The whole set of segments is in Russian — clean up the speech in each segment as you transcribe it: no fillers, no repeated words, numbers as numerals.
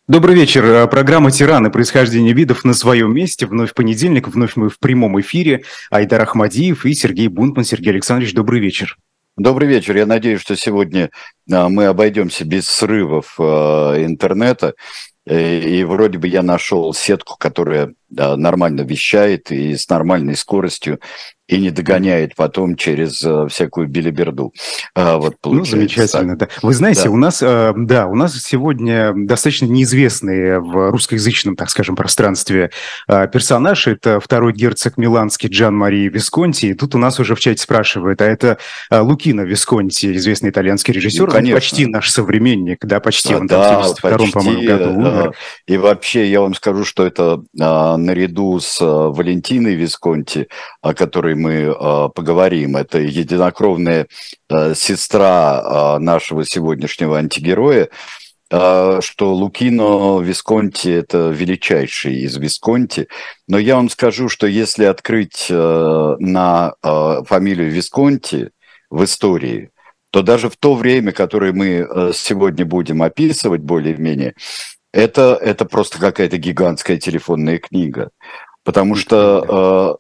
Добрый вечер. Программа «Тираны. Происхождение видов» на своем месте. Вновь понедельник, вновь мы в прямом эфире. Айдар Ахмадиев и Сергей Бунтман. Сергей Александрович, добрый вечер. Добрый вечер. Я надеюсь, что сегодня мы обойдемся без срывов интернета. И вроде бы я нашел сетку, которая нормально вещает и с нормальной скоростью, и не догоняет потом через всякую белиберду. Вот Ну, получается так. замечательно, да. Вы знаете, Да. у нас сегодня достаточно неизвестный в русскоязычном, так скажем, пространстве персонаж. Это второй герцог миланский Джан Мария Висконти. И тут у нас уже в чате спрашивают, а это Лукино Висконти, известный итальянский Ну, режиссер, ну, почти конечно. наш современник, да, почти. Он там в Да, 72-м, по-моему, почти. году умер. И вообще я вам скажу, что это наряду с Валентиной Висконти, о которой мы поговорим, это единокровная сестра нашего сегодняшнего антигероя, что Лукино Висконти – это величайший из Висконти. Но я вам скажу, что если открыть на фамилию Висконти в истории, то даже в то время, которое мы сегодня будем описывать более-менее, это просто какая-то гигантская телефонная книга. Потому что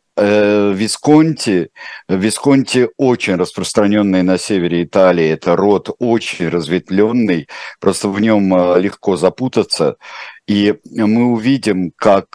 Висконти очень распространенный на севере Италии, это род очень разветвленный, просто в нем легко запутаться. И мы увидим, как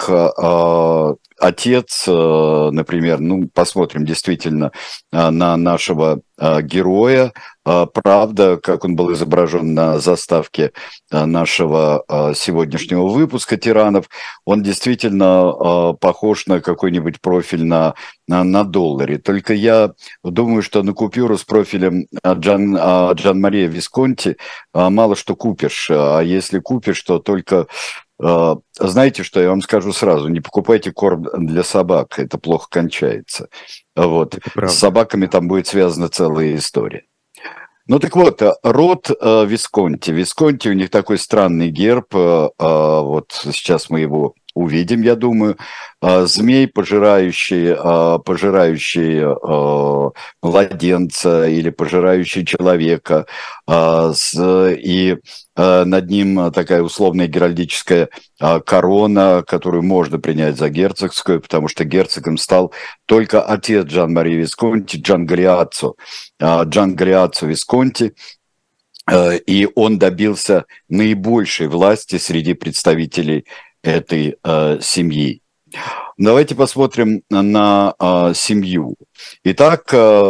отец, например, ну, посмотрим действительно на нашего героя, правда, как он был изображен на заставке нашего сегодняшнего выпуска «Тиранов», он действительно похож на какой-нибудь профиль на долларе. Только я думаю, что на купюру с профилем Джан Мария Висконти мало что купишь. А если купишь, то только... Знаете, что я вам скажу сразу? Не покупайте корм для собак, это плохо кончается. Вот. Это С правда. собаками там будет связана целая история. Ну так вот, род Висконти. Висконти, у них такой странный герб, вот сейчас мы его увидим, я думаю. Змей, пожирающий младенца или пожирающий человека, и над ним такая условная геральдическая корона, которую можно принять за герцогскую, потому что герцогом стал только отец Джан-Мари Висконти, Джан Галиаццо Висконти, и он добился наибольшей власти среди представителей этой семьи. Давайте посмотрим на семью. Итак,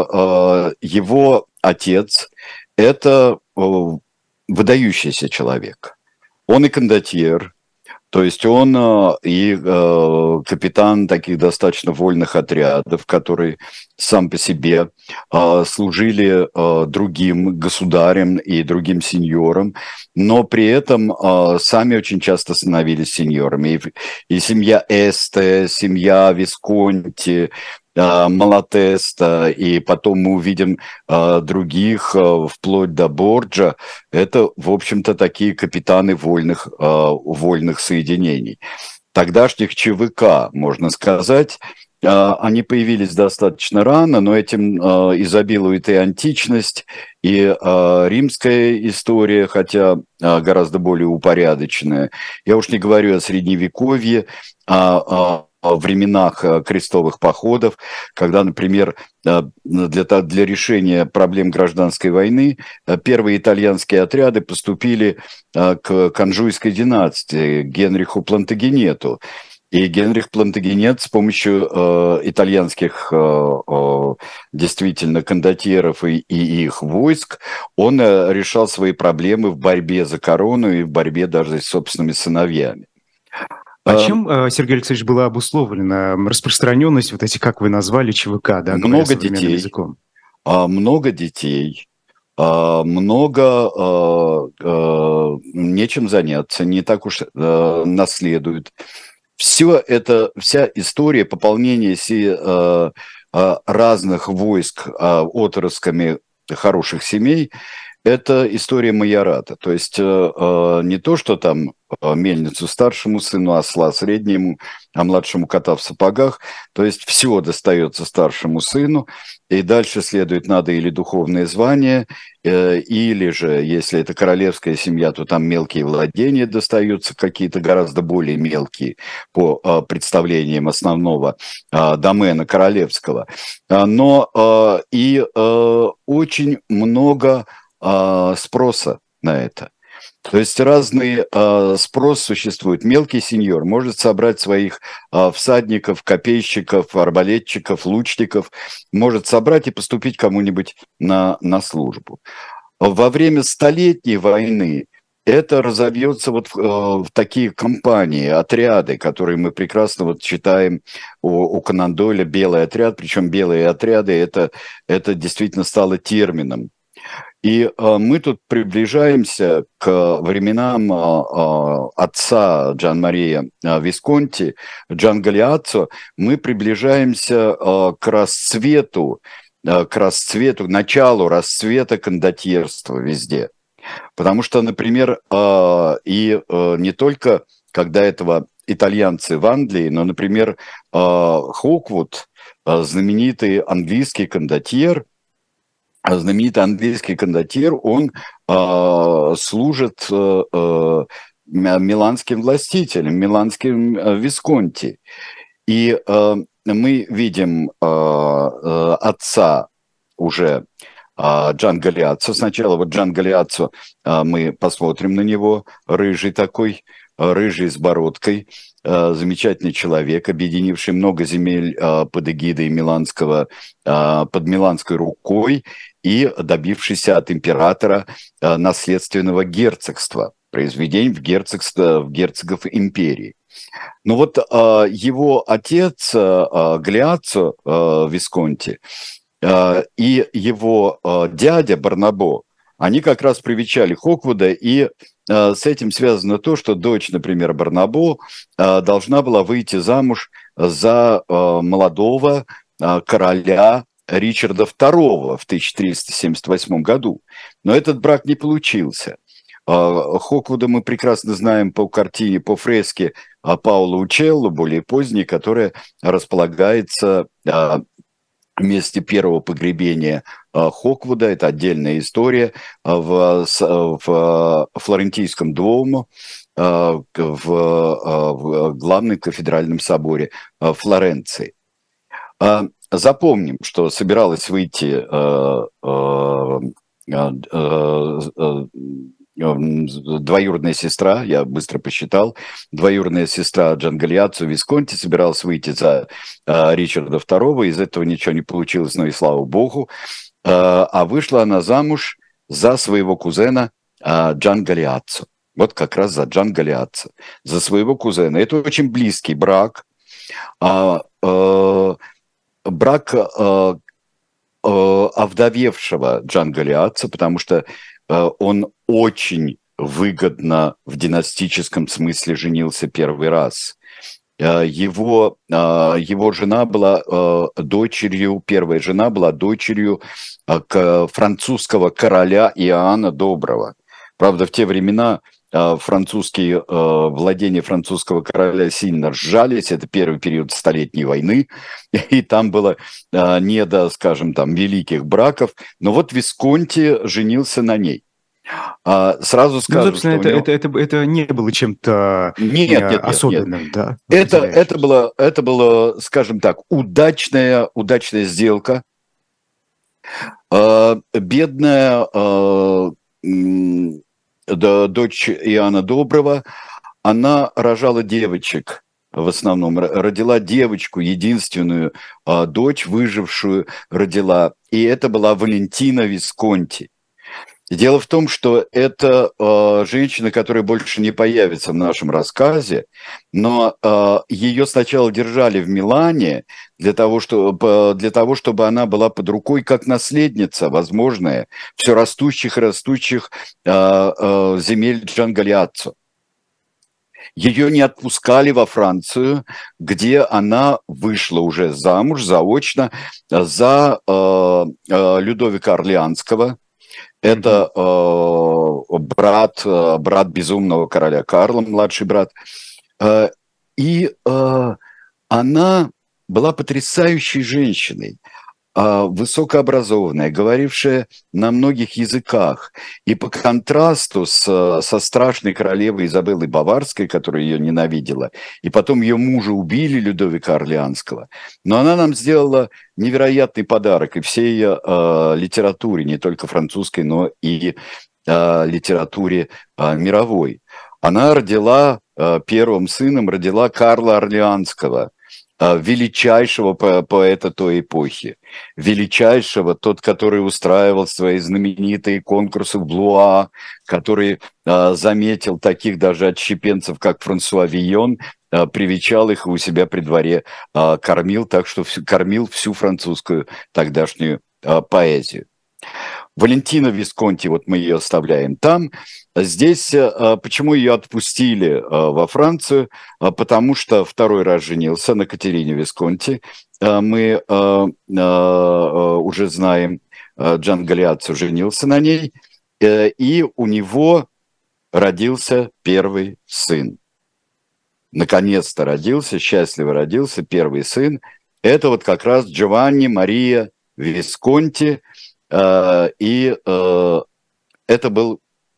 его отец – это выдающийся человек. Он и кондотьер, то есть он и капитан таких достаточно вольных отрядов, которые сам по себе служили другим государям и другим сеньорам, но при этом сами очень часто становились сеньорами. И семья Эсте, семья Висконти, Малатеста, и потом мы увидим других, вплоть до Борджа, это, в общем-то, такие капитаны вольных соединений. Тогдашних ЧВК, можно сказать, они появились достаточно рано, но этим изобилует и античность, и римская история, хотя гораздо более упорядоченная. Я уж не говорю о Средневековье, о временах крестовых походов, когда, например, для решения проблем гражданской войны первые итальянские отряды поступили к Анжуйской династии, Генриху Плантагенету. И Генрих Плантагенет с помощью итальянских действительно кондотьеров и их войск, он решал свои проблемы в борьбе за корону и в борьбе даже с собственными сыновьями. А чем, Сергей Алексеевич, была обусловлена распространенность, вот эти, как вы назвали, ЧВК, да, говоря Много современным детей, языком? много детей, много нечем заняться, не так уж наследуют. Все это, вся история пополнения разных войск отпрысками хороших семей, это история майората. То есть не то, что там мельницу старшему сыну, осла среднему, а младшему кота в сапогах. То есть все достается старшему сыну, и дальше следует надо или духовное звание, или же, если это королевская семья, то там мелкие владения достаются, какие-то гораздо более мелкие по представлениям основного домена королевского. Но и очень много спроса на это. То есть разный спрос существует. Мелкий сеньор может собрать своих всадников, копейщиков, арбалетчиков, лучников, может собрать и поступить кому-нибудь на службу. Во время Столетней войны это разовьется вот в такие компании, отряды, которые мы прекрасно вот читаем у Конан Дойля «Белый отряд», причем белые отряды это действительно стало термином. И мы тут приближаемся к временам отца Джан-Мария Висконти, Джан Галиаццо, мы приближаемся к расцвету, началу расцвета кондотьерства везде. Потому что, например, не только когда этого итальянцы в Англии, но, например, Хоквуд, знаменитый английский кондотьер, он служит миланским властителем, миланским Висконти. И мы видим отца уже Джан Галиаццо. Сначала вот Джан Галиаццо, мы посмотрим на него, рыжий такой, рыжий с бородкой, замечательный человек, объединивший много земель под эгидой под миланской рукой и добившийся от императора наследственного герцогства, произведений в герцогов империи. Но вот его отец Галиаццо Висконти и его дядя Барнабо, они как раз привечали Хоквуда, и с этим связано то, что дочь, например, Барнабо должна была выйти замуж за молодого короля Ричарда II в 1378 году. Но этот брак не получился. Хоквуда мы прекрасно знаем по картине, по фреске Паоло Учелло, более поздней, которая располагается в месте первого погребения Хоквуда. Это отдельная история в Флорентийском Дуомо, в главном кафедральном соборе Флоренции. Запомним, что собиралась выйти двоюродная сестра, я быстро посчитал, двоюродная сестра Джан Галиаццо Висконти собиралась выйти за Ричарда II, из этого ничего не получилось, но и слава богу. А вышла она замуж за своего кузена Джан Галиаццо. Вот как раз за Джан Галиаццо, за своего кузена. Это очень близкий брак. Брак овдовевшего Джан Галиаццо, потому что он очень выгодно в династическом смысле женился первый раз. Его жена была дочерью, первая жена была дочерью французского короля Иоанна Доброго. Правда, в те времена французские владения французского короля сильно сжались. Это первый период Столетней войны, и там было не до, скажем, там великих браков. Но вот Висконти женился на ней. Сразу скажу, собственно, это не было чем-то особенным, нет. Да? Это было, скажем так, удачная сделка. Бедная дочь Иоанна Доброго, она рожала девочек в основном, родила девочку, единственную дочь, выжившую, родила, и это была Валентина Висконти. Дело в том, что это женщина, которая больше не появится в нашем рассказе, но ее сначала держали в Милане для того, чтобы она была под рукой как наследница, возможная, все растущих и растущих земель Джан Галиаццо. Ее не отпускали во Францию, где она вышла уже замуж заочно за Людовика Орлеанского. Это брат безумного короля Карла, младший брат. И она была потрясающей женщиной, высокообразованная, говорившая на многих языках. И по контрасту со страшной королевой Изабеллой Баварской, которая ее ненавидела, и потом ее мужа убили, Людовика Орлеанского, но она нам сделала невероятный подарок и всей литературе, не только французской, но и литературе мировой. Она родила, первым сыном родила Карла Орлеанского, величайшего поэта той эпохи, величайшего, тот, который устраивал свои знаменитые конкурсы в Блуа, который заметил таких даже отщепенцев, как Франсуа Вийон, привечал их и у себя при дворе кормил, так что кормил всю французскую тогдашнюю поэзию. Валентина Висконти, вот мы ее оставляем там. Здесь, почему ее отпустили во Францию? Потому что второй раз женился на Катерине Висконти. Мы уже знаем, Джан Галиаццо женился на ней, и у него родился первый сын. Наконец-то родился, счастливо родился первый сын. Это вот как раз Джованни Мария Висконти. И это было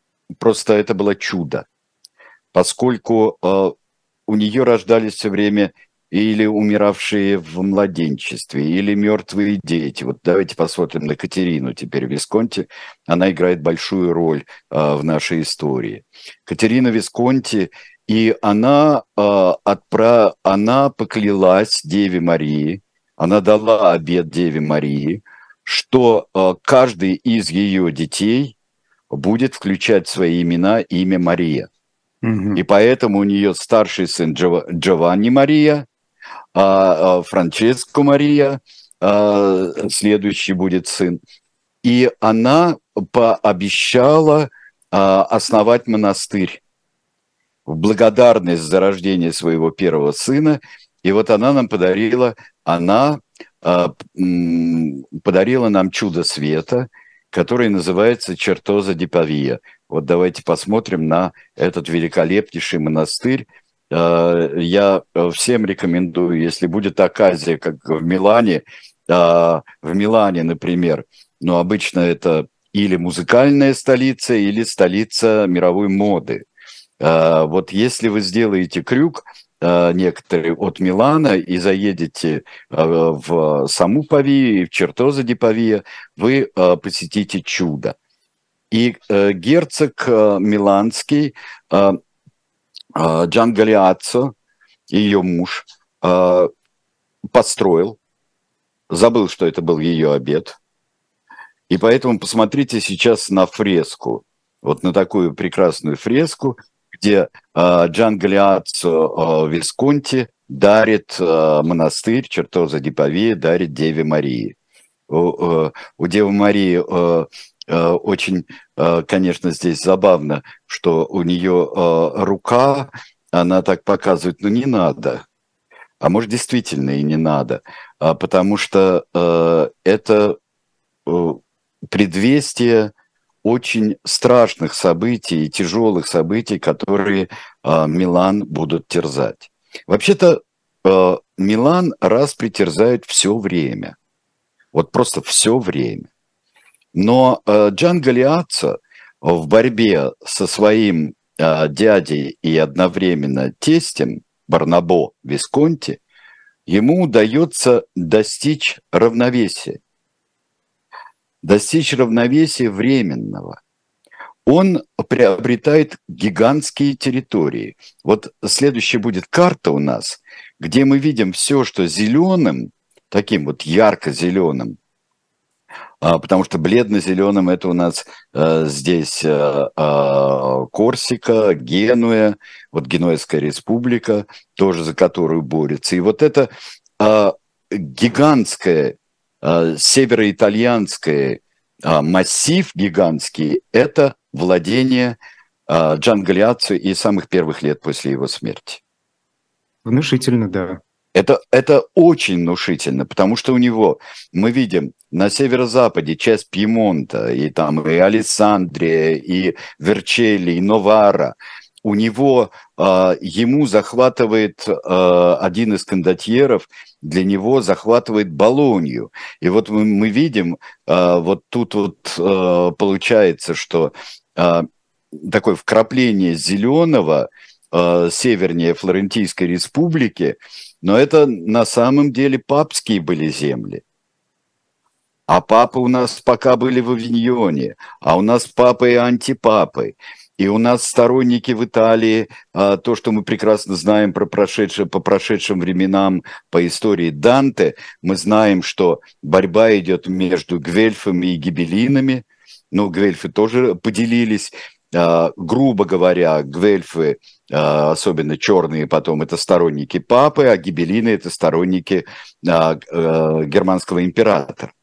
чудо, поскольку у нее рождались все время или умиравшие в младенчестве, или мертвые дети. Вот давайте посмотрим на Катерину теперь Висконти. Она играет большую роль в нашей истории. Катерина Висконти, и она поклялась Деве Марии, она дала обет Деве Марии, что каждый из ее детей будет включать в свои имена имя Мария. И поэтому у нее старший сын Джованни Мария, Франческо Мария, следующий будет сын. И она пообещала основать монастырь в благодарность за рождение своего первого сына. И вот она нам подарила нам чудо света, который называется Чертоза ди Павия. Вот давайте посмотрим на этот великолепнейший монастырь. Я всем рекомендую, если будет оказия, как в Милане, например, но обычно это или музыкальная столица, или столица мировой моды. Вот если вы сделаете крюк, некоторые от Милана и заедете в саму Павию и в Чертоза ди Павия, вы посетите чудо. И герцог миланский Джан Галиаццо, ее муж, построил, забыл, что это был ее обет. И поэтому посмотрите сейчас на фреску, вот на такую прекрасную фреску, где Джан Галиаццо Висконти дарит монастырь Чертоза ди Павия, дарит Деве Марии. У Девы Марии очень, конечно, здесь забавно, что у нее рука, она так показывает, ну не надо. А может, действительно и не надо, потому что это предвестие очень страшных событий и тяжелых событий, которые Милан будут терзать. Вообще-то Милан распри терзает все время. Вот просто все время. Но Джан Галиаццо в борьбе со своим дядей и одновременно тестем Барнабо Висконти, ему удается достичь равновесия. Достичь равновесия временного. Он приобретает гигантские территории. Вот следующая будет карта у нас, где мы видим все, что зеленым, таким вот ярко-зеленым, потому что бледно-зеленым это у нас здесь Корсика, Генуя, вот Генуэзская республика, тоже за которую борется. И вот это гигантское североитальянское массив гигантский, это владение Джан Галиаццо и самых первых лет после его смерти. Внушительно, да. Это очень внушительно, потому что у него, мы видим, на северо-западе часть Пьемонта, и там и Алессандрия, и Верчелли, и Новара, у него, ему захватывает один из кондотьеров, для него захватывает Болонью. И вот мы видим, вот тут вот получается, что такое вкрапление зеленого севернее Флорентийской республики, но это на самом деле папские были земли. А папы у нас пока были в Авиньоне, а у нас папы и антипапы. И у нас сторонники в Италии, то, что мы прекрасно знаем по прошедшим временам, по истории Данте, мы знаем, что борьба идет между гвельфами и гибеллинами, но гвельфы тоже поделились. Грубо говоря, гвельфы, особенно черные потом, это сторонники папы, а гибеллины – это сторонники германского императора.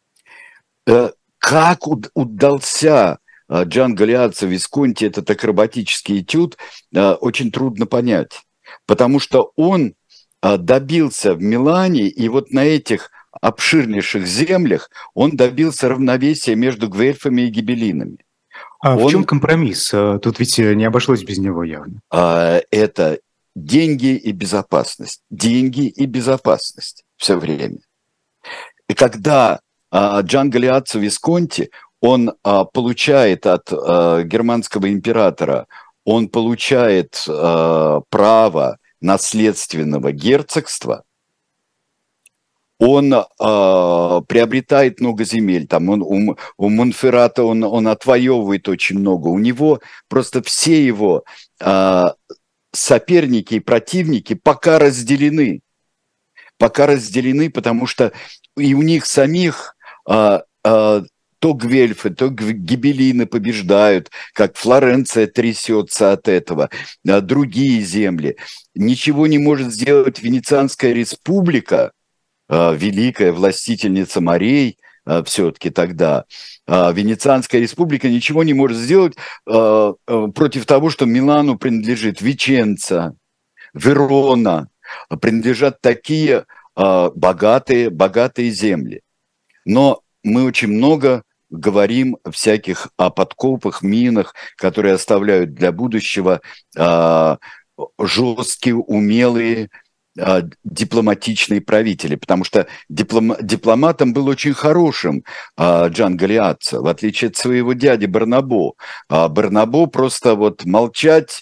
Как удался Джан Галиаццо Висконти этот акробатический этюд, очень трудно понять, потому что он добился в Милане, и вот на этих обширнейших землях он добился равновесия между гвельфами и гибеллинами. А в чем компромисс? Тут ведь не обошлось без него явно. Это деньги и безопасность. Деньги и безопасность все время. И когда Джан Галиаццо Висконти, он получает от германского императора, он получает право наследственного герцогства, он приобретает много земель, там у Монферрата он отвоевывает очень много, у него просто все его соперники и противники пока разделены, потому что и у них самих то гвельфы, то гибеллины побеждают, как Флоренция трясется от этого, другие земли. Ничего не может сделать Венецианская республика, великая властительница морей, все-таки тогда. Венецианская республика ничего не может сделать против того, что Милану принадлежит Виченца, Верона, принадлежат такие богатые земли. Но мы очень много говорим всяких о подкопах, минах, которые оставляют для будущего жесткие, умелые, дипломатичные правители, потому что дипломатом был очень хорошим Джан Галиаццо, в отличие от своего дяди Барнабо. Барнабо просто вот молчать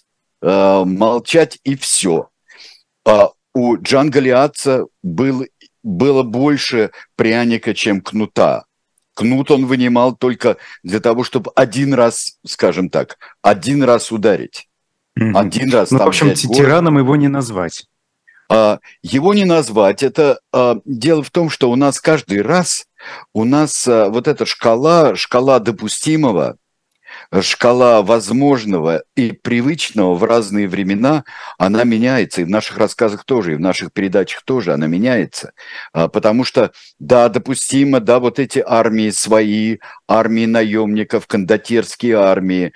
и все. У Джан Галиаццо было больше пряника, чем кнута. Кнут он вынимал только для того, чтобы один раз, скажем так, ударить. Один раз. Ну, в общем, тираном его не назвать. Его не назвать. Это дело в том, что у нас каждый раз, вот эта шкала допустимого, шкала возможного и привычного в разные времена, она меняется. И в наших рассказах тоже, и в наших передачах тоже она меняется. Потому что, да, допустимо, да, вот эти армии свои, армии наемников, кондотьерские армии,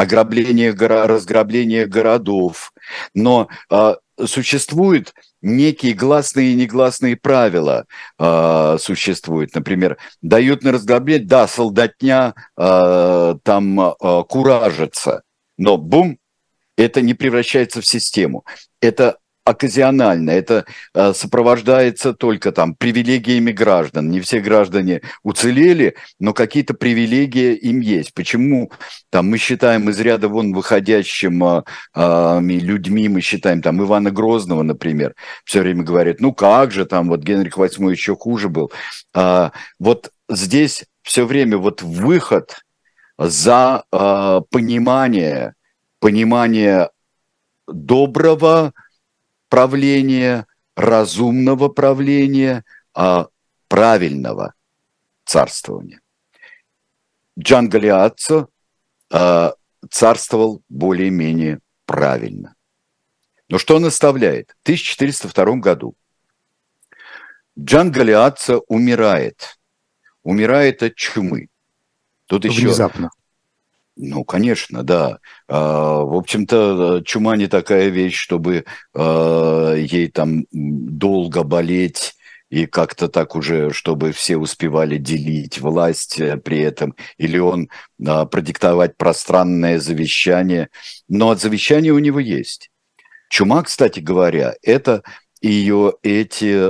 разграбление городов. Но существуют некие гласные и негласные правила, существуют. Например, дают на разграбление, да, солдатня там куражится, но бум, это не превращается в систему. Это оказионально, это сопровождается только там привилегиями граждан. Не все граждане уцелели, но какие-то привилегии им есть. Почему там мы считаем из ряда вон выходящим людьми, мы считаем там Ивана Грозного, например, все время говорят, ну как же там вот Генрих VIII еще хуже был. Вот здесь все время вот выход за понимание доброго правления, разумного правления, правильного царствования. Джан Галиаццо царствовал более-менее правильно. Но что он оставляет? В 1402 году Джан Галиаццо умирает. Умирает от чумы. Тут внезапно. Ну, конечно, да. В общем-то, чума не такая вещь, чтобы ей там долго болеть и как-то так уже, чтобы все успевали делить власть при этом, или он продиктовать пространное завещание. Но от завещания у него есть. Чума, кстати говоря, это ее эти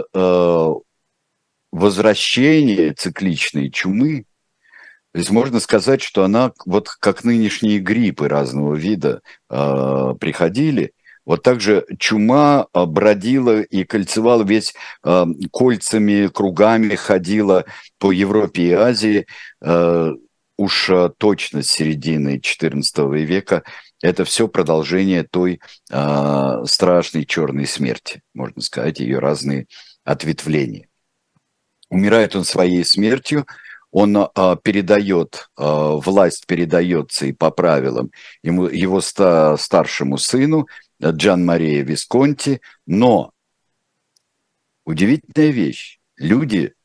возвращения цикличные чумы. То есть можно сказать, что она, вот как нынешние гриппы разного вида приходили, вот так же чума бродила и кольцевала весь кольцами, кругами ходила по Европе и Азии. Уж точно с середины XIV века это все продолжение той страшной черной смерти, можно сказать, ее разные ответвления. Умирает он своей смертью, он передает, власть передается и по правилам его старшему сыну Джан Мария Висконти, но удивительная вещь, люди,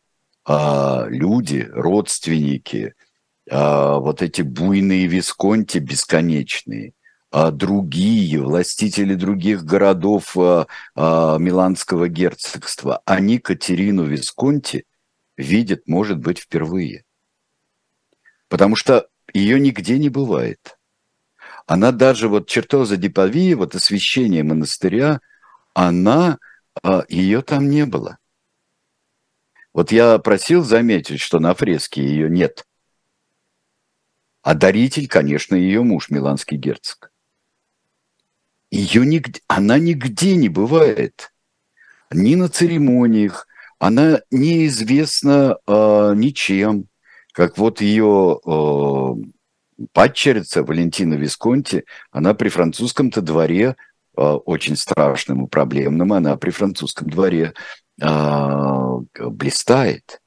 родственники, вот эти буйные Висконти бесконечные, другие властители других городов Миланского герцогства, они Катерину Висконти видят, может быть, впервые. Потому что ее нигде не бывает. Она даже вот Чертоза ди Павии, вот освящение монастыря, ее там не было. Вот я просил заметить, что на фреске ее нет. А даритель, конечно, ее муж, миланский герцог. Она нигде не бывает. Ни на церемониях, она неизвестна ничем, как вот ее падчерица Валентина Висконти, она при французском-то дворе, очень страшным и проблемным, она при французском дворе блистает.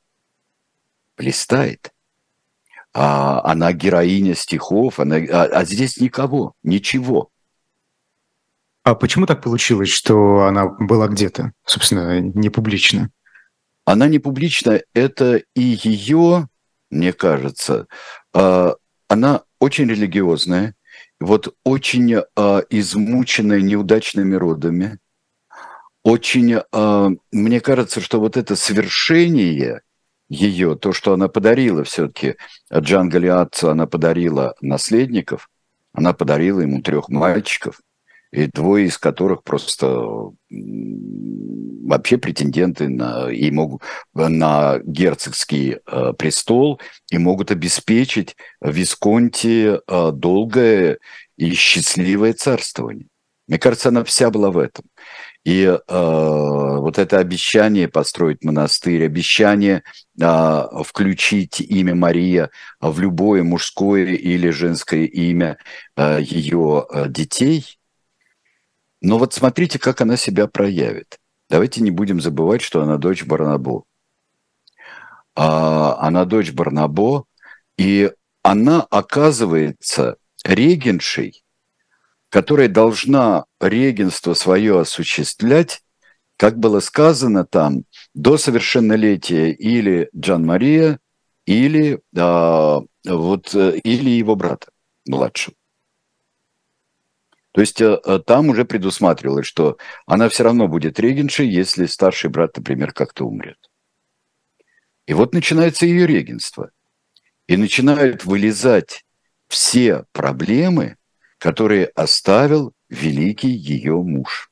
Она героиня стихов, а здесь никого, ничего. А почему так получилось, что она была где-то, собственно, не публично? Она не публична, это и ее, мне кажется, она очень религиозная, вот очень измученная неудачными родами, очень, мне кажется, что вот это свершение ее, то, что она подарила все-таки Джан Галиатцу, она подарила наследников, она подарила ему 3 мальчиков, и 2 из которых просто вообще претенденты на герцогский престол и могут обеспечить Висконти долгое и счастливое царствование. Мне кажется, она вся была в этом. И вот это обещание построить монастырь, обещание включить имя Мария в любое мужское или женское имя ее детей. Но вот смотрите, как она себя проявит. Давайте не будем забывать, что она дочь Барнабо. Она дочь Барнабо, и она оказывается регеншей, которая должна регенство свое осуществлять, как было сказано там, до совершеннолетия или Джан Мария, или его брата младшего. То есть там уже предусматривалось, что она все равно будет регеншей, если старший брат, например, как-то умрет. И вот начинается ее регенство. И начинают вылезать все проблемы, которые оставил великий ее муж.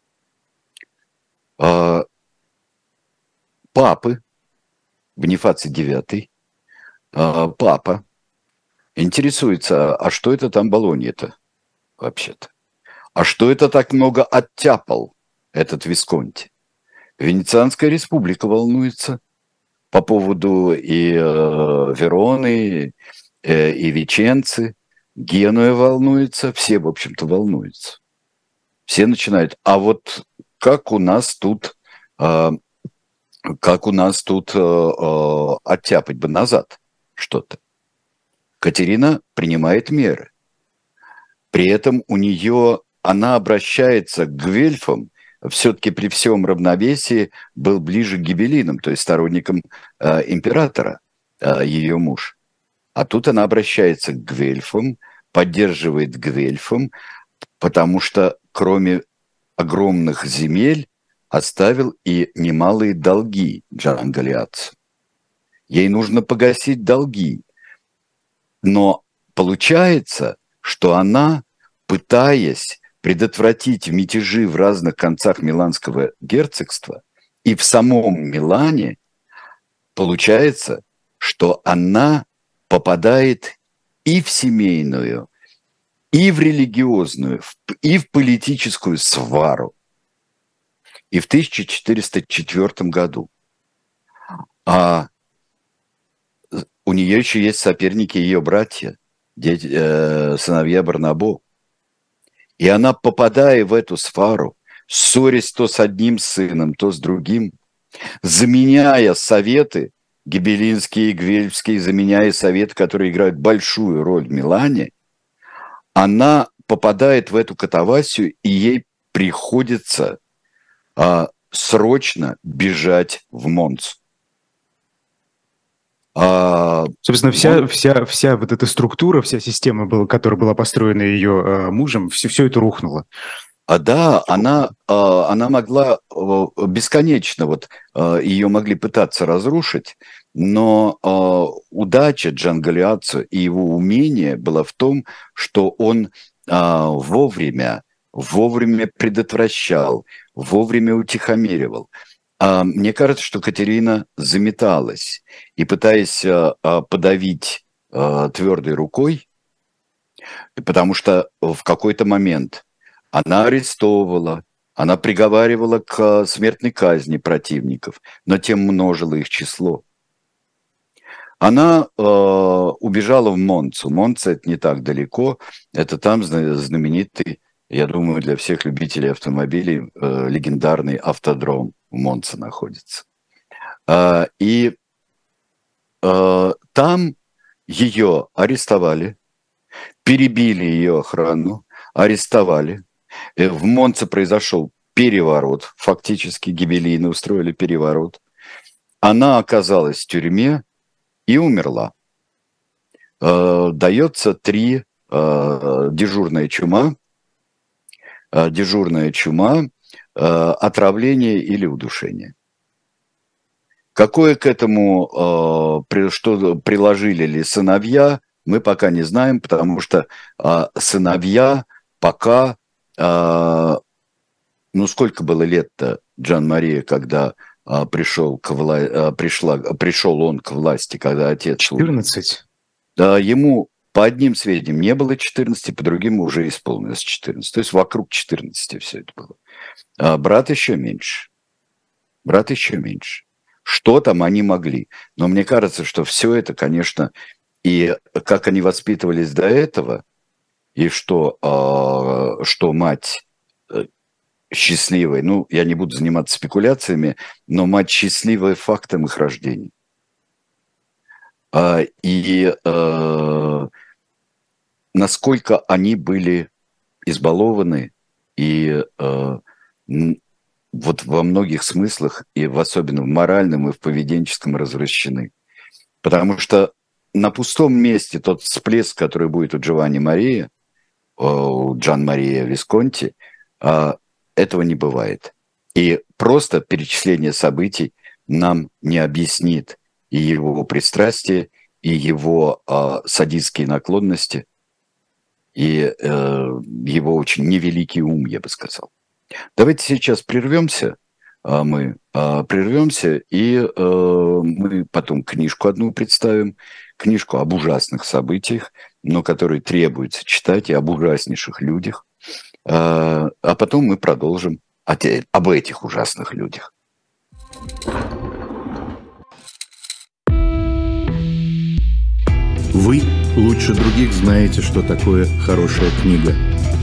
Папы, Бонифаций IX, папа интересуется, а что это там Болонья-то вообще-то? А что это так много оттяпал этот Висконти? Венецианская республика волнуется по поводу и Вероны, и Веченцы. Генуя волнуется, все, в общем-то, волнуются. Все начинают. А вот как у нас тут оттяпать бы назад что-то? Катерина принимает меры. При этом она обращается к гвельфам, все-таки при всем равновесии был ближе к гибеллинам, то есть сторонникам императора, ее муж. А тут она обращается к гвельфам, поддерживает Гвельфом, потому что кроме огромных земель оставил и немалые долги Джан Галиатсо. Ей нужно погасить долги. Но получается, что она, пытаясь предотвратить мятежи в разных концах Миланского герцогства и в самом Милане, получается, что она попадает и в семейную, и в религиозную, и в политическую свару. И в 1404 году. А у нее еще есть соперники, ее братья, сыновья Барнабо. И она, попадая в эту сферу, ссорясь то с одним сыном, то с другим, заменяя советы, гибеллинские, гвельфские, заменяя советы, которые играют большую роль в Милане, она попадает в эту катавасию, и ей приходится срочно бежать в Монцу. Собственно, вся вот эта структура, вся система, которая была построена ее мужем, все это рухнуло. Да, она могла бесконечно, ее могли пытаться разрушить, но удача Джан Галиатсо и его умение было в том, что он вовремя предотвращал, вовремя утихомиривал. Мне кажется, что Катерина заметалась и, пытаясь подавить твердой рукой, потому что в какой-то момент она арестовывала, она приговаривала к смертной казни противников, но тем множила их число. Она убежала в Монцу. Монца – это не так далеко, это там знаменитый, я думаю, для всех любителей автомобилей легендарный автодром в Монце находится. И там ее арестовали, перебили ее охрану, арестовали. В Монце произошел переворот, фактически гибеллины устроили переворот. Она оказалась в тюрьме и умерла. Дается 3 дежурная чума, отравление или удушение. Какое к этому, что приложили ли сыновья, мы пока не знаем, потому что сыновья пока, сколько было лет-то Джан-Мария, когда пришел он к власти, когда отец... 14. Да, ему по одним сведениям не было 14, по другим уже исполнилось 14. То есть вокруг 14 все это было. Брат еще меньше. Что там они могли? Но мне кажется, что все это, конечно, и как они воспитывались до этого, и что мать счастливая, я не буду заниматься спекуляциями, но мать счастливая фактом их рождения. И насколько они были избалованы и во многих смыслах, и особенно в моральном и в поведенческом развращены. Потому что на пустом месте тот всплеск, который будет у Джованни Мария, у Джан Мария Висконти, этого не бывает. И просто перечисление событий нам не объяснит и его пристрастие, и его садистские наклонности, и его очень невеликий ум, я бы сказал. Давайте сейчас прервемся, мы прервемся, и мы потом книжку одну представим, книжку об ужасных событиях, но которые требуется читать, и об ужаснейших людях, а потом мы продолжим об этих ужасных людях. Вы лучше других знаете, что такое хорошая книга.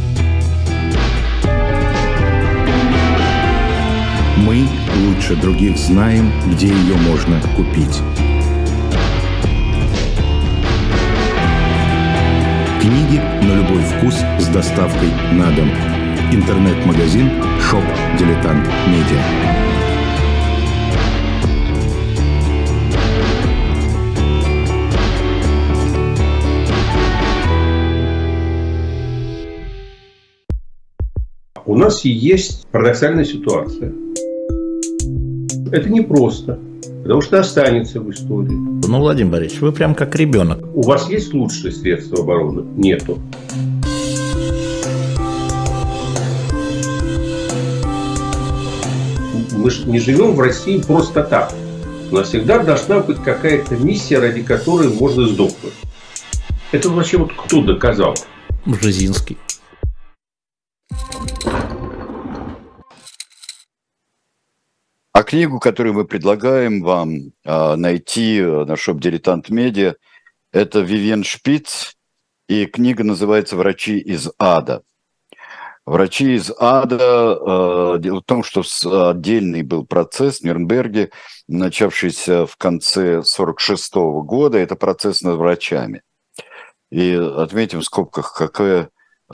Мы лучше других знаем, где ее можно купить. Книги на любой вкус с доставкой на дом. Интернет-магазин «Шоп Дилетант Медиа». У нас и есть парадоксальная ситуация. Это непросто, потому что останется в истории. Ну, Владимир Борисович, вы прям как ребенок. У вас есть лучшие средства обороны? Нету. Мы же не живем в России просто так. У нас всегда должна быть какая-то миссия, ради которой можно сдохнуть. Это вообще вот кто доказал? Бжезинский. А книгу, которую мы предлагаем вам найти на Shop Dilettant Media, это Вивьен Шпиц, и книга называется «Врачи из ада». «Врачи из ада». Дело в том, что отдельный был процесс в Нюрнберге, начавшийся в конце 1946 года. Это процесс над врачами. И отметим в скобках, какое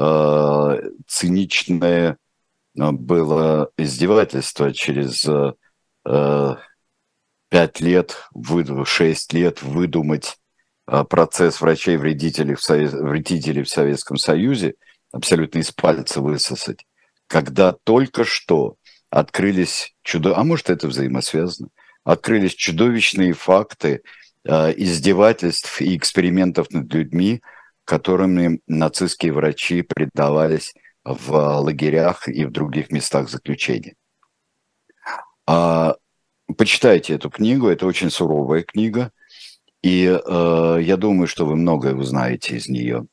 циничное было издевательство через 5 лет, 6 лет выдумать процесс врачей-вредителей в Советском Союзе, абсолютно из пальца высосать, когда только что открылись а может, это взаимосвязано, открылись чудовищные факты издевательств и экспериментов над людьми, которыми нацистские врачи предавались в лагерях и в других местах заключения. Почитайте эту книгу, это очень суровая книга, и я думаю, что вы многое узнаете из нее.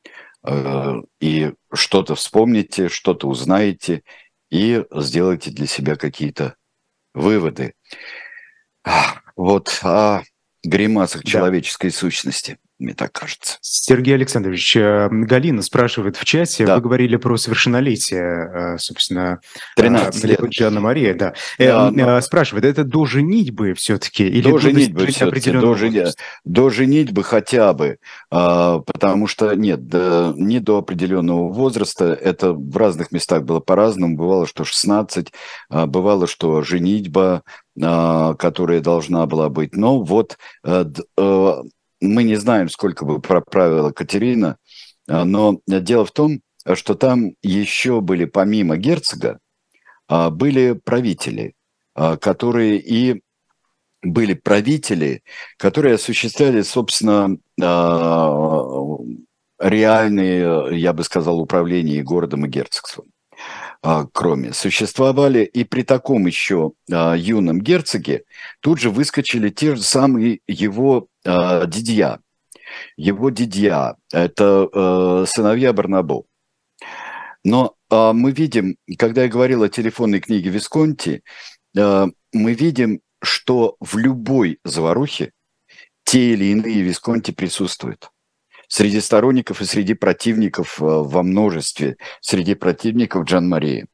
И что-то вспомните, что-то узнаете, и сделайте для себя какие-то выводы. Вот о гримасах человеческой сущности, мне так кажется. Сергей Александрович, Галина спрашивает в чате, вы говорили про совершеннолетие, собственно, 13 лет. Джанна Мария, да. Спрашивает, это до женитьбы все-таки? Или до женитьбы все-таки, до женитьбы хотя бы, потому что нет, не до определенного возраста, это в разных местах было по-разному, бывало, что 16, бывало, что женитьба, которая должна была быть, но вот... Мы не знаем, сколько бы проправила Катерина, но дело в том, что там еще были, помимо герцога, были правители, которые осуществляли, собственно, реальные, я бы сказал, управление городом и герцогством. Кроме существовали и при таком еще юном герцоге тут же выскочили те же самые его дядья. Его дядья – это сыновья Барнабо. Но мы видим, когда я говорил о телефонной книге Висконти, мы видим, что в любой заварухе те или иные Висконти присутствуют. Среди сторонников и среди противников во множестве, среди противников Джан-Марии.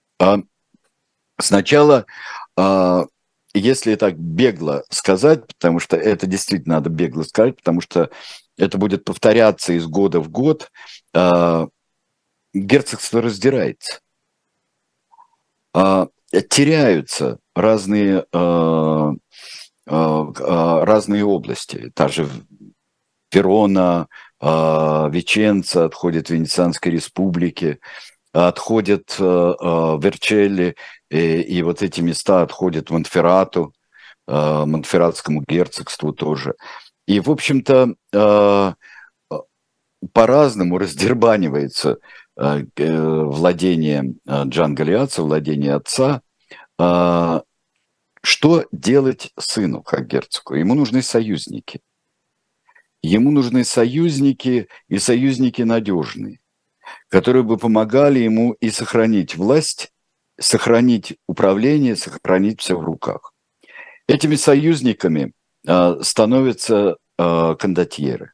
Сначала, если так бегло сказать, потому что это действительно надо бегло сказать, потому что это будет повторяться из года в год, герцогство раздирается. Теряются разные области. Та же Верона, Веченца отходит Венецианской республике, отходят Верчелли, и вот эти места отходят Монферрату, Монферратскому герцогству тоже. И, в общем-то, по-разному раздербанивается владение Джан Галиатца, владение отца. Что делать сыну, как герцогу? Ему нужны союзники. Ему нужны союзники и союзники надежные, которые бы помогали ему и сохранить власть, сохранить управление, сохранить все в руках. Этими союзниками становятся кондотьеры.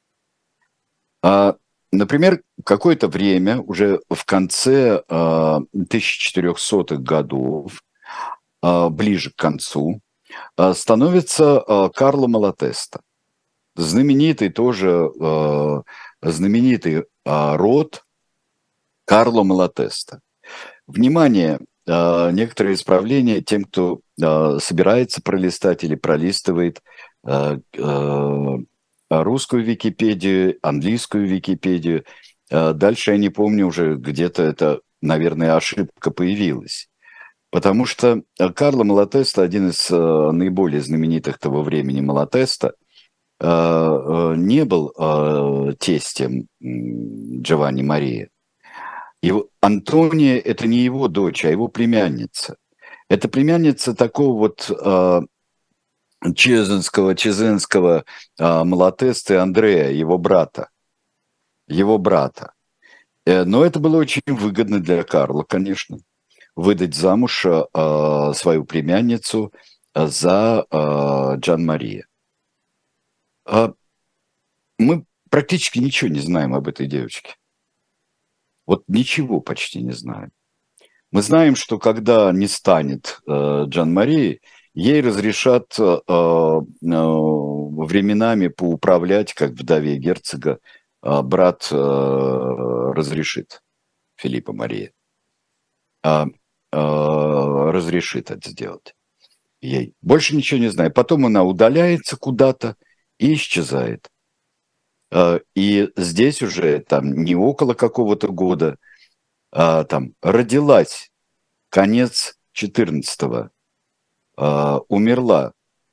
Например, какое-то время, уже в конце 1400-х годов, ближе к концу, становится Карло Малатеста. Знаменитый род Карло Малатеста. Внимание, некоторые исправления тем, кто собирается пролистать или пролистывает русскую Википедию, английскую Википедию. Дальше я не помню уже, где-то это наверное, ошибка появилась. Потому что Карло Малатеста, один из наиболее знаменитых того времени Малатеста, не был тестем Джованни Марии. Антония – это не его дочь, а его племянница. Это племянница такого вот чезенского Малатесты Андрея, его брата. Но это было очень выгодно для Карла, конечно, выдать замуж свою племянницу за Джан-Мария. Мы практически ничего не знаем об этой девочке. Вот ничего почти не знаем. Мы знаем, что когда не станет Джан-Марии, ей разрешат временами поуправлять, как вдове герцога, брат разрешит, Филиппа Мария, разрешит это сделать ей. Больше ничего не знаю. Потом она удаляется куда-то и исчезает. И здесь уже там не около какого-то года, там родилась, конец 14-го, умерла,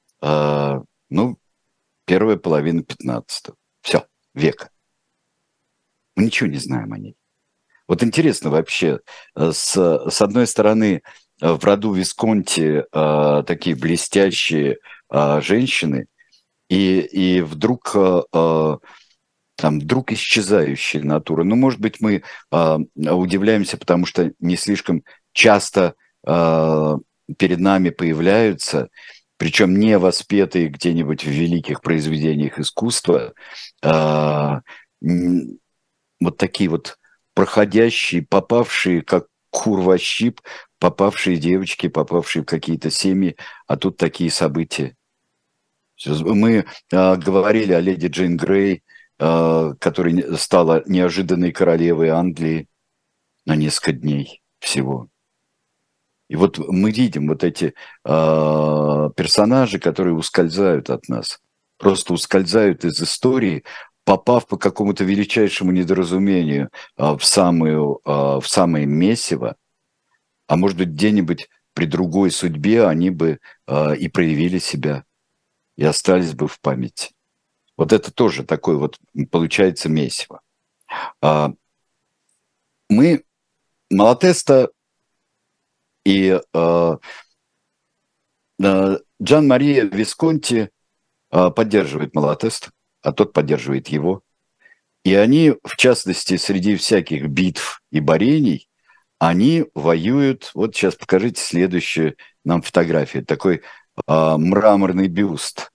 первая половина 15-го. Все, века. Мы ничего не знаем о ней. Вот интересно вообще, с одной стороны, в роду Висконти такие блестящие женщины, и вдруг исчезающие натуры. Ну, может быть, мы удивляемся, потому что не слишком часто перед нами появляются, причем не воспетые где-нибудь в великих произведениях искусства, вот такие вот проходящие, попавшие, как кур во щип, попавшие девочки, попавшие в какие-то семьи, а тут такие события. Мы говорили о леди Джейн Грей, которая стала неожиданной королевой Англии на несколько дней всего. И вот мы видим вот эти персонажи, которые ускользают от нас, просто ускользают из истории, попав по какому-то величайшему недоразумению в самое месиво, а может быть, где-нибудь при другой судьбе они бы и проявили себя, и остались бы в памяти. Вот это тоже такое вот получается месиво. Малатеста и Джан-Мария Висконти поддерживает Малатеста, а тот поддерживает его. И они, в частности, среди всяких битв и борений, они воюют. Вот сейчас покажите следующую нам фотографию. Такой мраморный бюст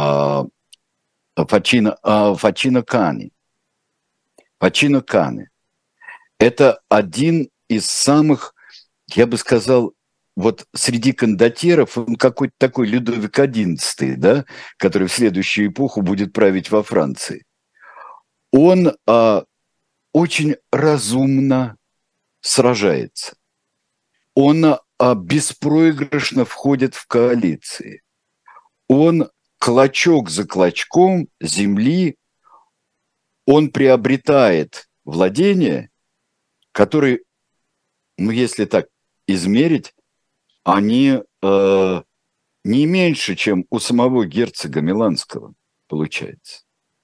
Фачино Кани. Фачино Кани. Это один из самых, я бы сказал, вот среди кондотьеров он какой-то такой Людовик XI, да, который в следующую эпоху будет править во Франции. Он очень разумно сражается. Он беспроигрышно входит в коалиции. Он клочок за клочком земли, он приобретает владения, которые, если так измерить, они не меньше, чем у самого герцога Миланского, получается.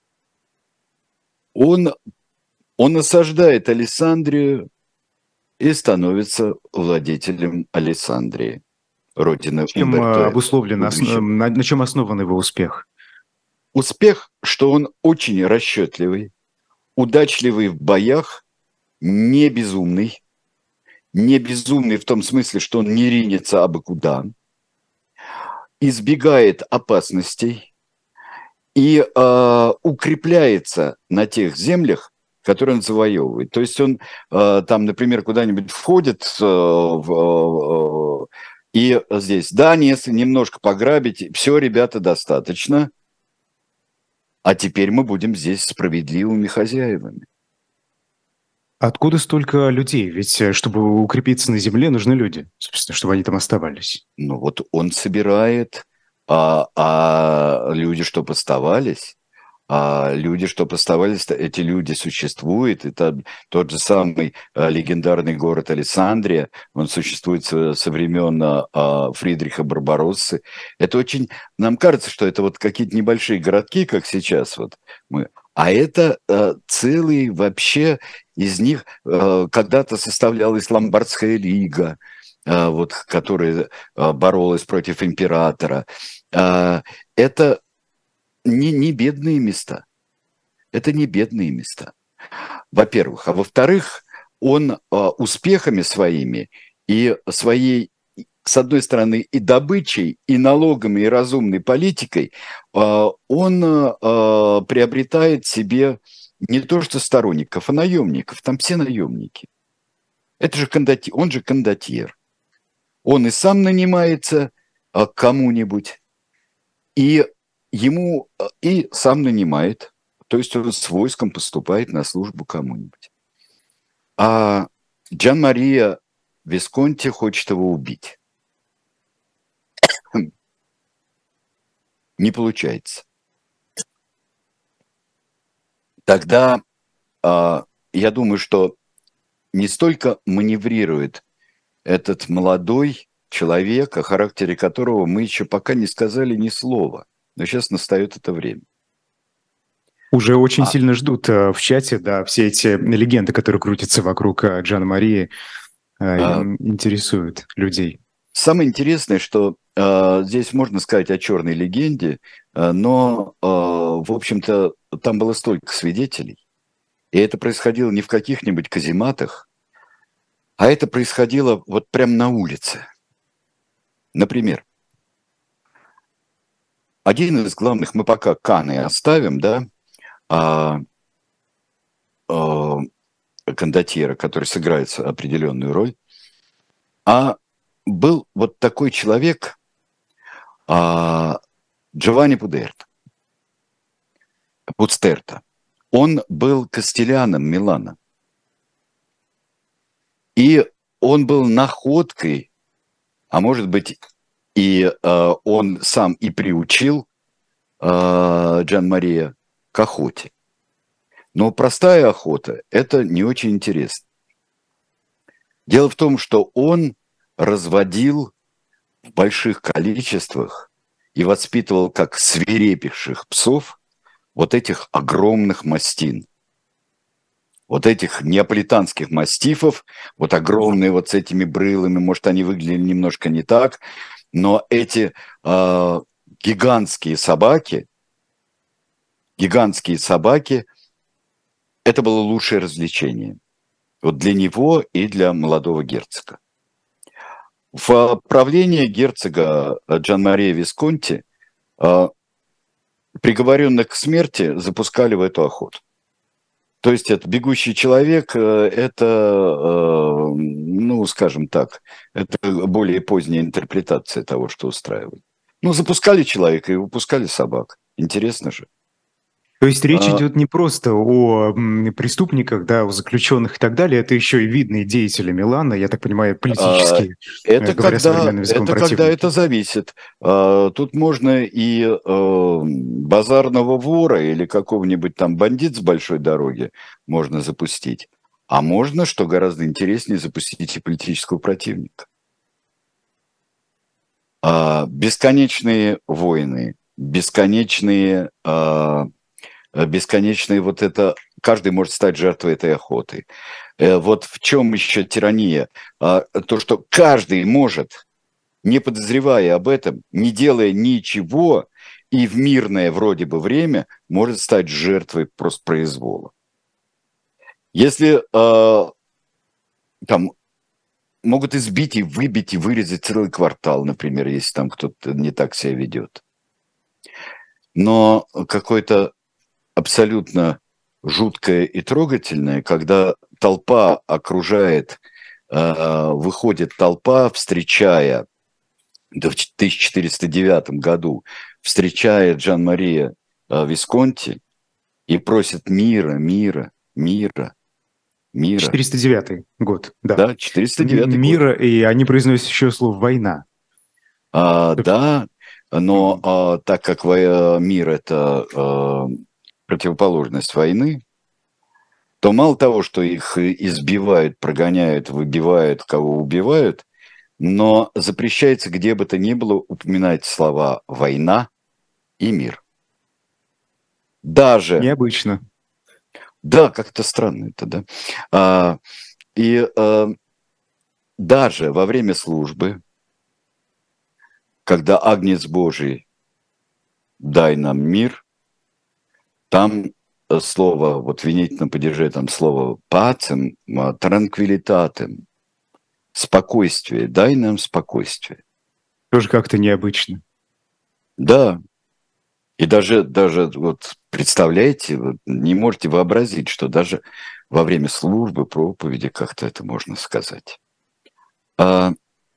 Он осаждает Алессандрию и становится владетелем Алессандрии, родины Умберто. Обусловлен, на чем основан его успех? Успех, что он очень расчетливый, удачливый в боях, не безумный. Не безумный в том смысле, что он не ринется абы куда, избегает опасностей и укрепляется на тех землях, которые он завоевывает. То есть он там, например, куда-нибудь входит и здесь, да, если немножко пограбить, все, ребята, достаточно, а теперь мы будем здесь справедливыми хозяевами. Откуда столько людей? Ведь чтобы укрепиться на земле, нужны люди, собственно, чтобы они там оставались. Ну вот он собирает, а люди, чтобы оставались, люди, чтобы оставались, эти люди существуют. Это тот же самый легендарный город Александрия, он существует со времен Фридриха Барбароссы. Это очень... Нам кажется, что это вот какие-то небольшие городки, как сейчас вот мы. А это целые вообще из них когда-то составлялась Ломбардская лига, вот, которая боролась против императора. Это не бедные места. Это не бедные места, во-первых. А во-вторых, он успехами своими и своей, с одной стороны, и добычей, и налогами, и разумной политикой, он приобретает себе не то что сторонников, а наемников. Там все наемники. Это же он же кондотьер. Он и сам нанимается к кому-нибудь, и ему и сам нанимает, то есть он с войском поступает на службу кому-нибудь. А Джан-Мария Висконти хочет его убить. Не получается. Тогда я думаю, что не столько маневрирует этот молодой человек, о характере которого мы еще пока не сказали ни слова. Но сейчас настает это время. Уже очень сильно ждут в чате, да, все эти легенды, которые крутятся вокруг Джан-Марии, интересуют людей. Самое интересное, что здесь можно сказать о черной легенде, но, в общем-то, там было столько свидетелей, и это происходило не в каких-нибудь казематах, а это происходило вот прямо на улице. Например, один из главных, мы пока Каны оставим, да, кондотьера, который сыграет определенную роль, а был вот такой человек Джованни Пуцтерта. Он был кастеляном Милана. И он был находкой, а может быть, и он сам и приучил Джан-Мария к охоте. Но простая охота – это не очень интересно. Дело в том, что он разводил в больших количествах и воспитывал как свирепейших псов вот этих огромных мастин. Вот этих неаполитанских мастифов, вот огромные вот с этими брылами, может, они выглядели немножко не так, но эти гигантские собаки, это было лучшее развлечение. Вот для него и для молодого герцога. В правлении герцога Джан-Мария Висконти приговоренных к смерти запускали в эту охоту. То есть это бегущий человек, это, ну, скажем так, это более поздняя интерпретация того, что устраивает. Ну, запускали человека и выпускали собак. Интересно же. То есть речь идет не просто о преступниках, да, о заключенных и так далее, это еще и видные деятели Милана, я так понимаю, политические, это говоря современным языком, это когда это зависит. Тут можно и базарного вора или какого-нибудь там бандит с большой дороги можно запустить, а можно, что гораздо интереснее, запустить и политического противника. Бесконечные войны, бесконечные вот это, каждый может стать жертвой этой охоты. Вот в чем еще тирания? То, что каждый может, не подозревая об этом, не делая ничего, и в мирное вроде бы время может стать жертвой просто произвола. Если там могут избить и выбить и вырезать целый квартал, например, если там кто-то не так себя ведет. Но какой-то абсолютно жуткое и трогательное, когда толпа окружает, выходит толпа, встречая, в 1409 году, встречая Джан-Мария Висконти и просит мира. 409 год, да. Да, 409 год. Мира, и они произносят еще слово «война». Да, но так как мир – это противоположность войны, то мало того, что их избивают, прогоняют, выбивают, кого убивают, но запрещается где бы то ни было упоминать слова «война» и «мир». Даже... Необычно. Да, как-то странно это, да. Даже во время службы, когда Агнец Божий «дай нам мир», там слово, вот винительно падеже, там слово «пацем», «транквилитатем», спокойствие, дай нам спокойствие. Тоже как-то необычно. Да. И даже вот представляете, вот, не можете вообразить, что даже во время службы, проповеди, как-то это можно сказать. То,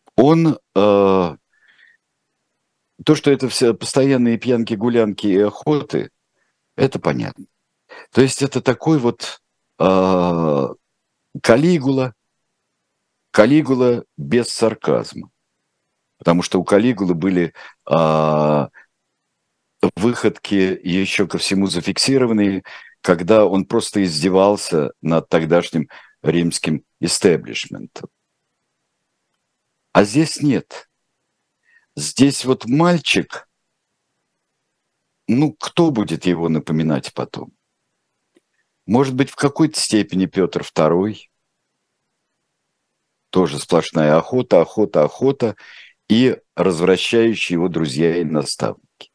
что это все постоянные пьянки, гулянки и охоты, это понятно. То есть это такой вот Калигула без сарказма. Потому что у Калигулы были выходки еще ко всему зафиксированные, когда он просто издевался над тогдашним римским истеблишментом. А здесь нет. Здесь вот мальчик, кто будет его напоминать потом? Может быть, в какой-то степени Петр II. Тоже сплошная охота и развращающие его друзья и наставники.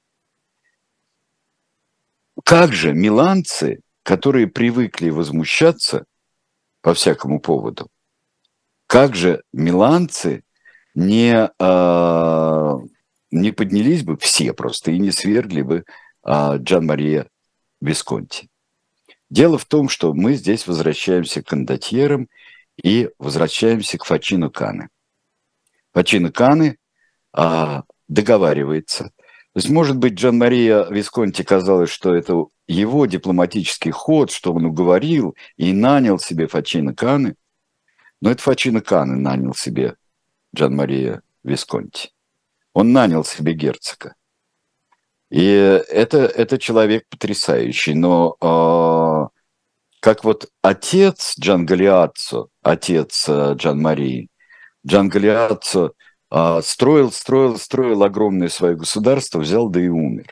Как же миланцы, которые привыкли возмущаться по всякому поводу, как же миланцы не поднялись бы все просто и не свергли бы Джан-Мария Висконти? Дело в том, что мы здесь возвращаемся к кондотьерам и возвращаемся к Фачино Кане. Фачино Кане договаривается. То есть, может быть, Джан-Мария Висконти казалось, что это его дипломатический ход, что он уговорил и нанял себе Фачино Кане, но это Фачино Кане нанял себе Джан-Мария Висконти. Он нанял себе герцога. И это человек потрясающий, но как вот отец Джан Галиаццо, отец Джан-Марии, Джан Галиаццо строил огромное свое государство, взял да и умер.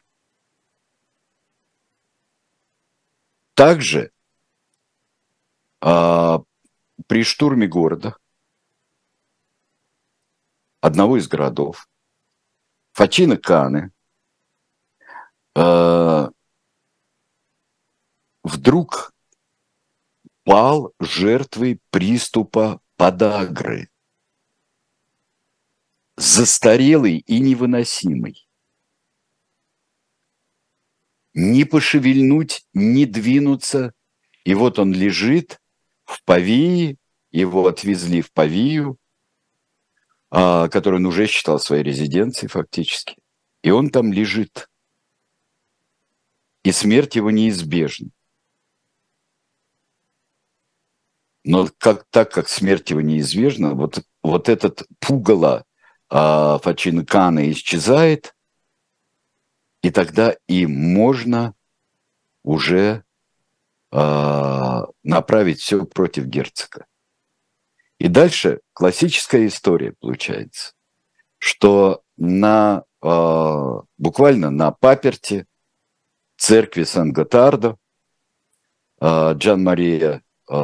Также при штурме города, одного из городов, Фачино Кане вдруг пал жертвой приступа подагры, застарелый и невыносимый. Не пошевельнуть, не двинуться. И вот он лежит в Павии, его отвезли в Павию, которую он уже считал своей резиденцией фактически. И он там лежит. И смерть его неизбежна. Но так как смерть его неизбежна, вот этот пугало Фачино Кане исчезает, и тогда и можно уже направить все против герцога. И дальше классическая история получается, что буквально на паперти церкви Сан-Готардо Джан-Мария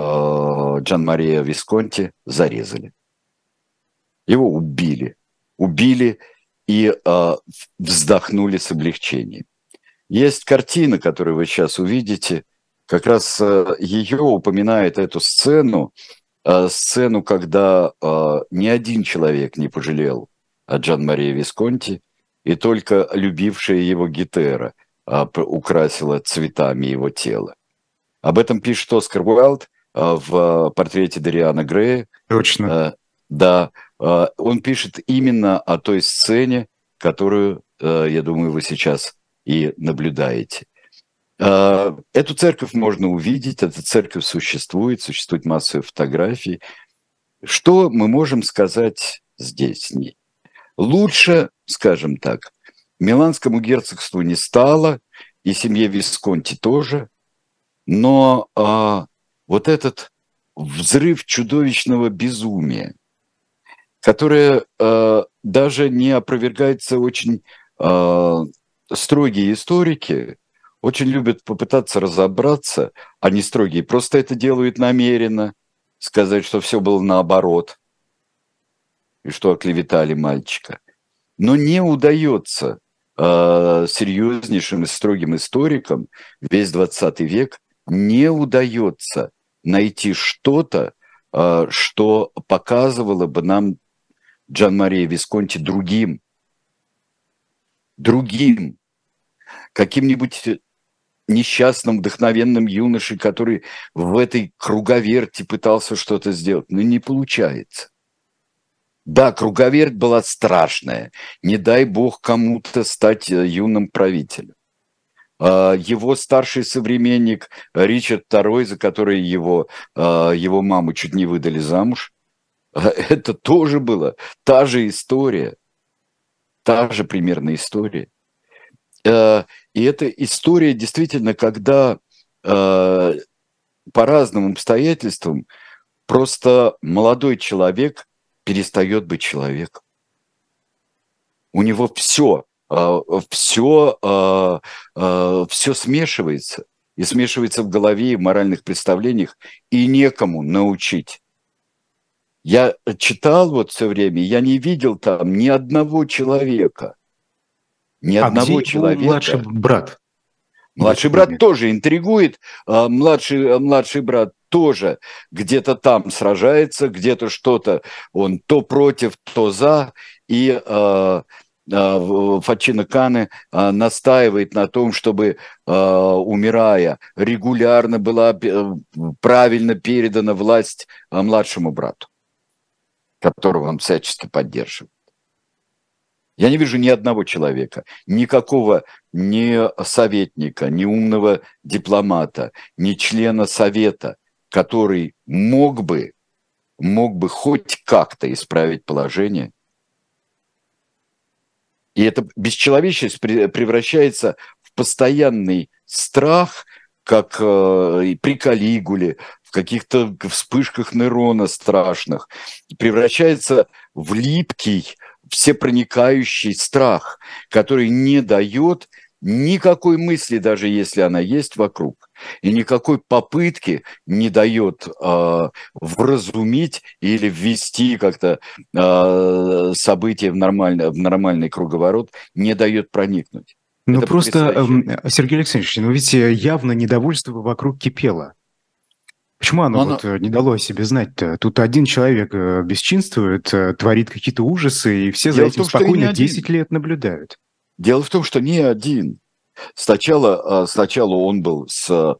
Висконти зарезали. Его убили и вздохнули с облегчением. Есть картина, которую вы сейчас увидите, как раз ее упоминает эту сцену, когда ни один человек не пожалел о Джан-Марии Висконти, и только любившая его Гетера украсила цветами его тело. Об этом пишет Оскар Уайлд в портрете Дориана Грея. Точно. Да, он пишет именно о той сцене, которую, я думаю, вы сейчас и наблюдаете. Эту церковь можно увидеть, эта церковь существует массовые фотографии. Что мы можем сказать здесь? Лучше, скажем так, Миланскому герцогству не стало, и семье Висконти тоже. Но вот этот взрыв чудовищного безумия, которое даже не опровергается очень строгие историки, очень любят попытаться разобраться, они строгие, просто это делают намеренно, сказать, что все было наоборот, и что оклеветали мальчика. Но не удается серьезнейшим и строгим историкам весь 20 век, не удается найти что-то, что показывало бы нам Джанмария Висконти другим, каким-нибудь несчастным, вдохновенным юношей, который в этой круговерти пытался что-то сделать, но не получается. Да, круговерть была страшная, не дай бог кому-то стать юным правителем. Его старший современник Ричард II, за который его маму чуть не выдали замуж, это тоже была та же история, та же примерно история. И эта история действительно, когда по разным обстоятельствам просто молодой человек перестает быть человеком. У него все смешивается, и смешивается в голове и в моральных представлениях, и некому научить. Я читал вот все время, я не видел там ни одного человека. Ни одного человека. Младший брат? Младший брат тоже интригует, младший брат тоже где-то там сражается, где-то что-то он то против, то за, и Фачино Кане настаивает на том, чтобы, умирая, регулярно была правильно передана власть младшему брату, которого он всячески поддерживает. Я не вижу ни одного человека, никакого ни советника, ни умного дипломата, ни члена совета, который мог бы хоть как-то исправить положение. И эта бесчеловечность превращается в постоянный страх, как при Калигуле, в каких-то вспышках Нерона страшных, превращается в липкий, всепроникающий страх, который не дает никакой мысли, даже если она есть вокруг, и никакой попытки не дает вразумить или ввести как-то события в нормальный круговорот, не дает проникнуть. Ну это просто, Сергей Александрович, ну ведь явно недовольство вокруг кипело. Почему оно не дало о себе знать-то? Тут один человек бесчинствует, творит какие-то ужасы, и все за этим спокойно 10 лет наблюдают. Дело в том, что не один. Сначала он был с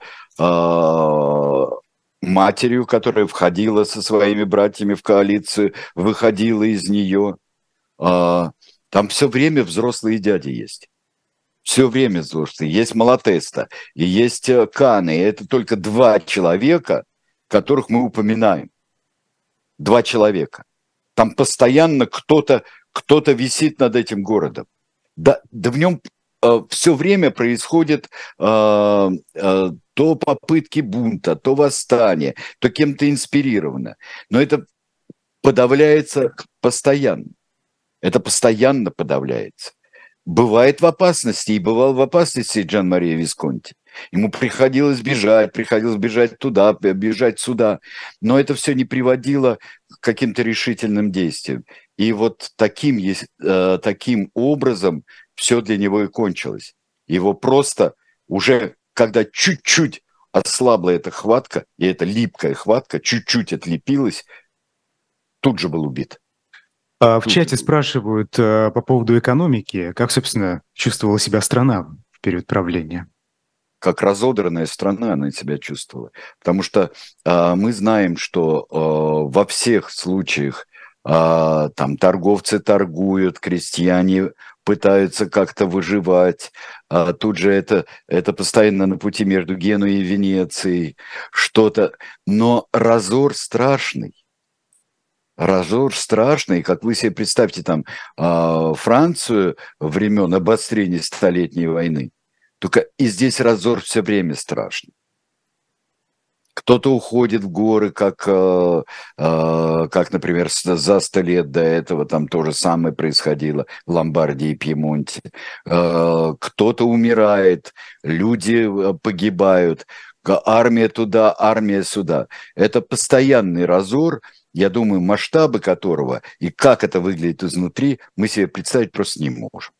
матерью, которая входила со своими братьями в коалицию, выходила из нее. Там все время взрослые дяди есть. Все время взрослые. Есть Малатеста и есть Кане. И это только 2 человека, которых мы упоминаем. 2 человека. Там постоянно кто-то висит над этим городом. Да в нем все время происходят то попытки бунта, то восстания, то кем-то инспирировано. Но это подавляется постоянно. Это постоянно подавляется. Бывает в опасности, и бывал в опасности Джанмария Висконти. Ему приходилось бежать туда, бежать сюда. Но это все не приводило к каким-то решительным действиям. И вот таким образом все для него и кончилось. Его просто уже, когда чуть-чуть ослабла эта хватка, и эта липкая хватка чуть-чуть отлепилась, тут же был убит. В чате спрашивают по поводу экономики. Как, собственно, чувствовала себя страна в период правления? Как разодранная страна она себя чувствовала. Потому что мы знаем, что во всех случаях там торговцы торгуют, крестьяне пытаются как-то выживать. Тут же это постоянно на пути между Генуей и Венецией. Что-то. Но разор страшный. Разор страшный, как вы себе представьте там Францию времен обострения Столетней войны. Только и здесь разор все время страшный. Кто-то уходит в горы, как, например, за 100 лет до этого там то же самое происходило в Ломбардии и Пьемонте. Кто-то умирает, люди погибают, армия туда, армия сюда. Это постоянный разор, я думаю, масштабы которого и как это выглядит изнутри, мы себе представить просто не можем.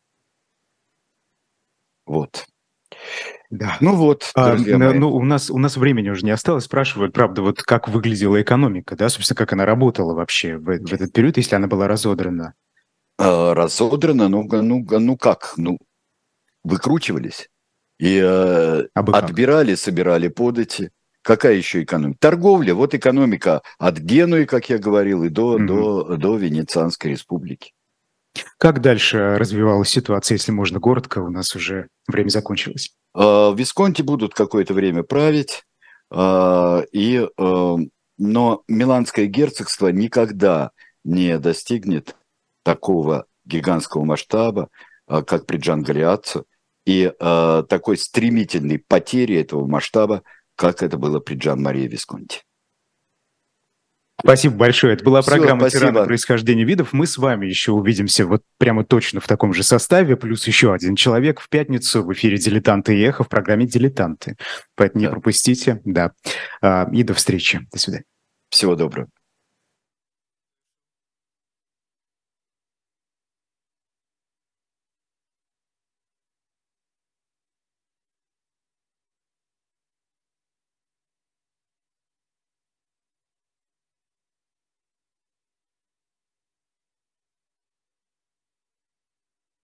Вот. Да. Ну вот, друзья мои. Ну, у нас времени уже не осталось. Спрашивают, правда, вот как выглядела экономика, да, собственно, как она работала вообще в этот период, если она была разодрана? Разодрана, ну как? Ну, выкручивались и отбирали, собирали подати. Какая еще экономика? Торговля, вот экономика от Генуи, как я говорил, и до Венецианской республики. Как дальше развивалась ситуация, если можно коротко? У нас уже время закончилось. Висконти будут какое-то время править, но Миланское герцогство никогда не достигнет такого гигантского масштаба, как при Джан-Галиаццо, и такой стремительной потери этого масштаба, как это было при Джан-Марии Висконти. Спасибо большое. Это была программа спасибо. «Тираны. Происхождение видов». Мы с вами еще увидимся вот прямо точно в таком же составе, плюс еще один человек в пятницу в эфире «Дилетанты и эхо» в программе «Дилетанты». Поэтому не пропустите. Да. И до встречи. До свидания. Всего доброго.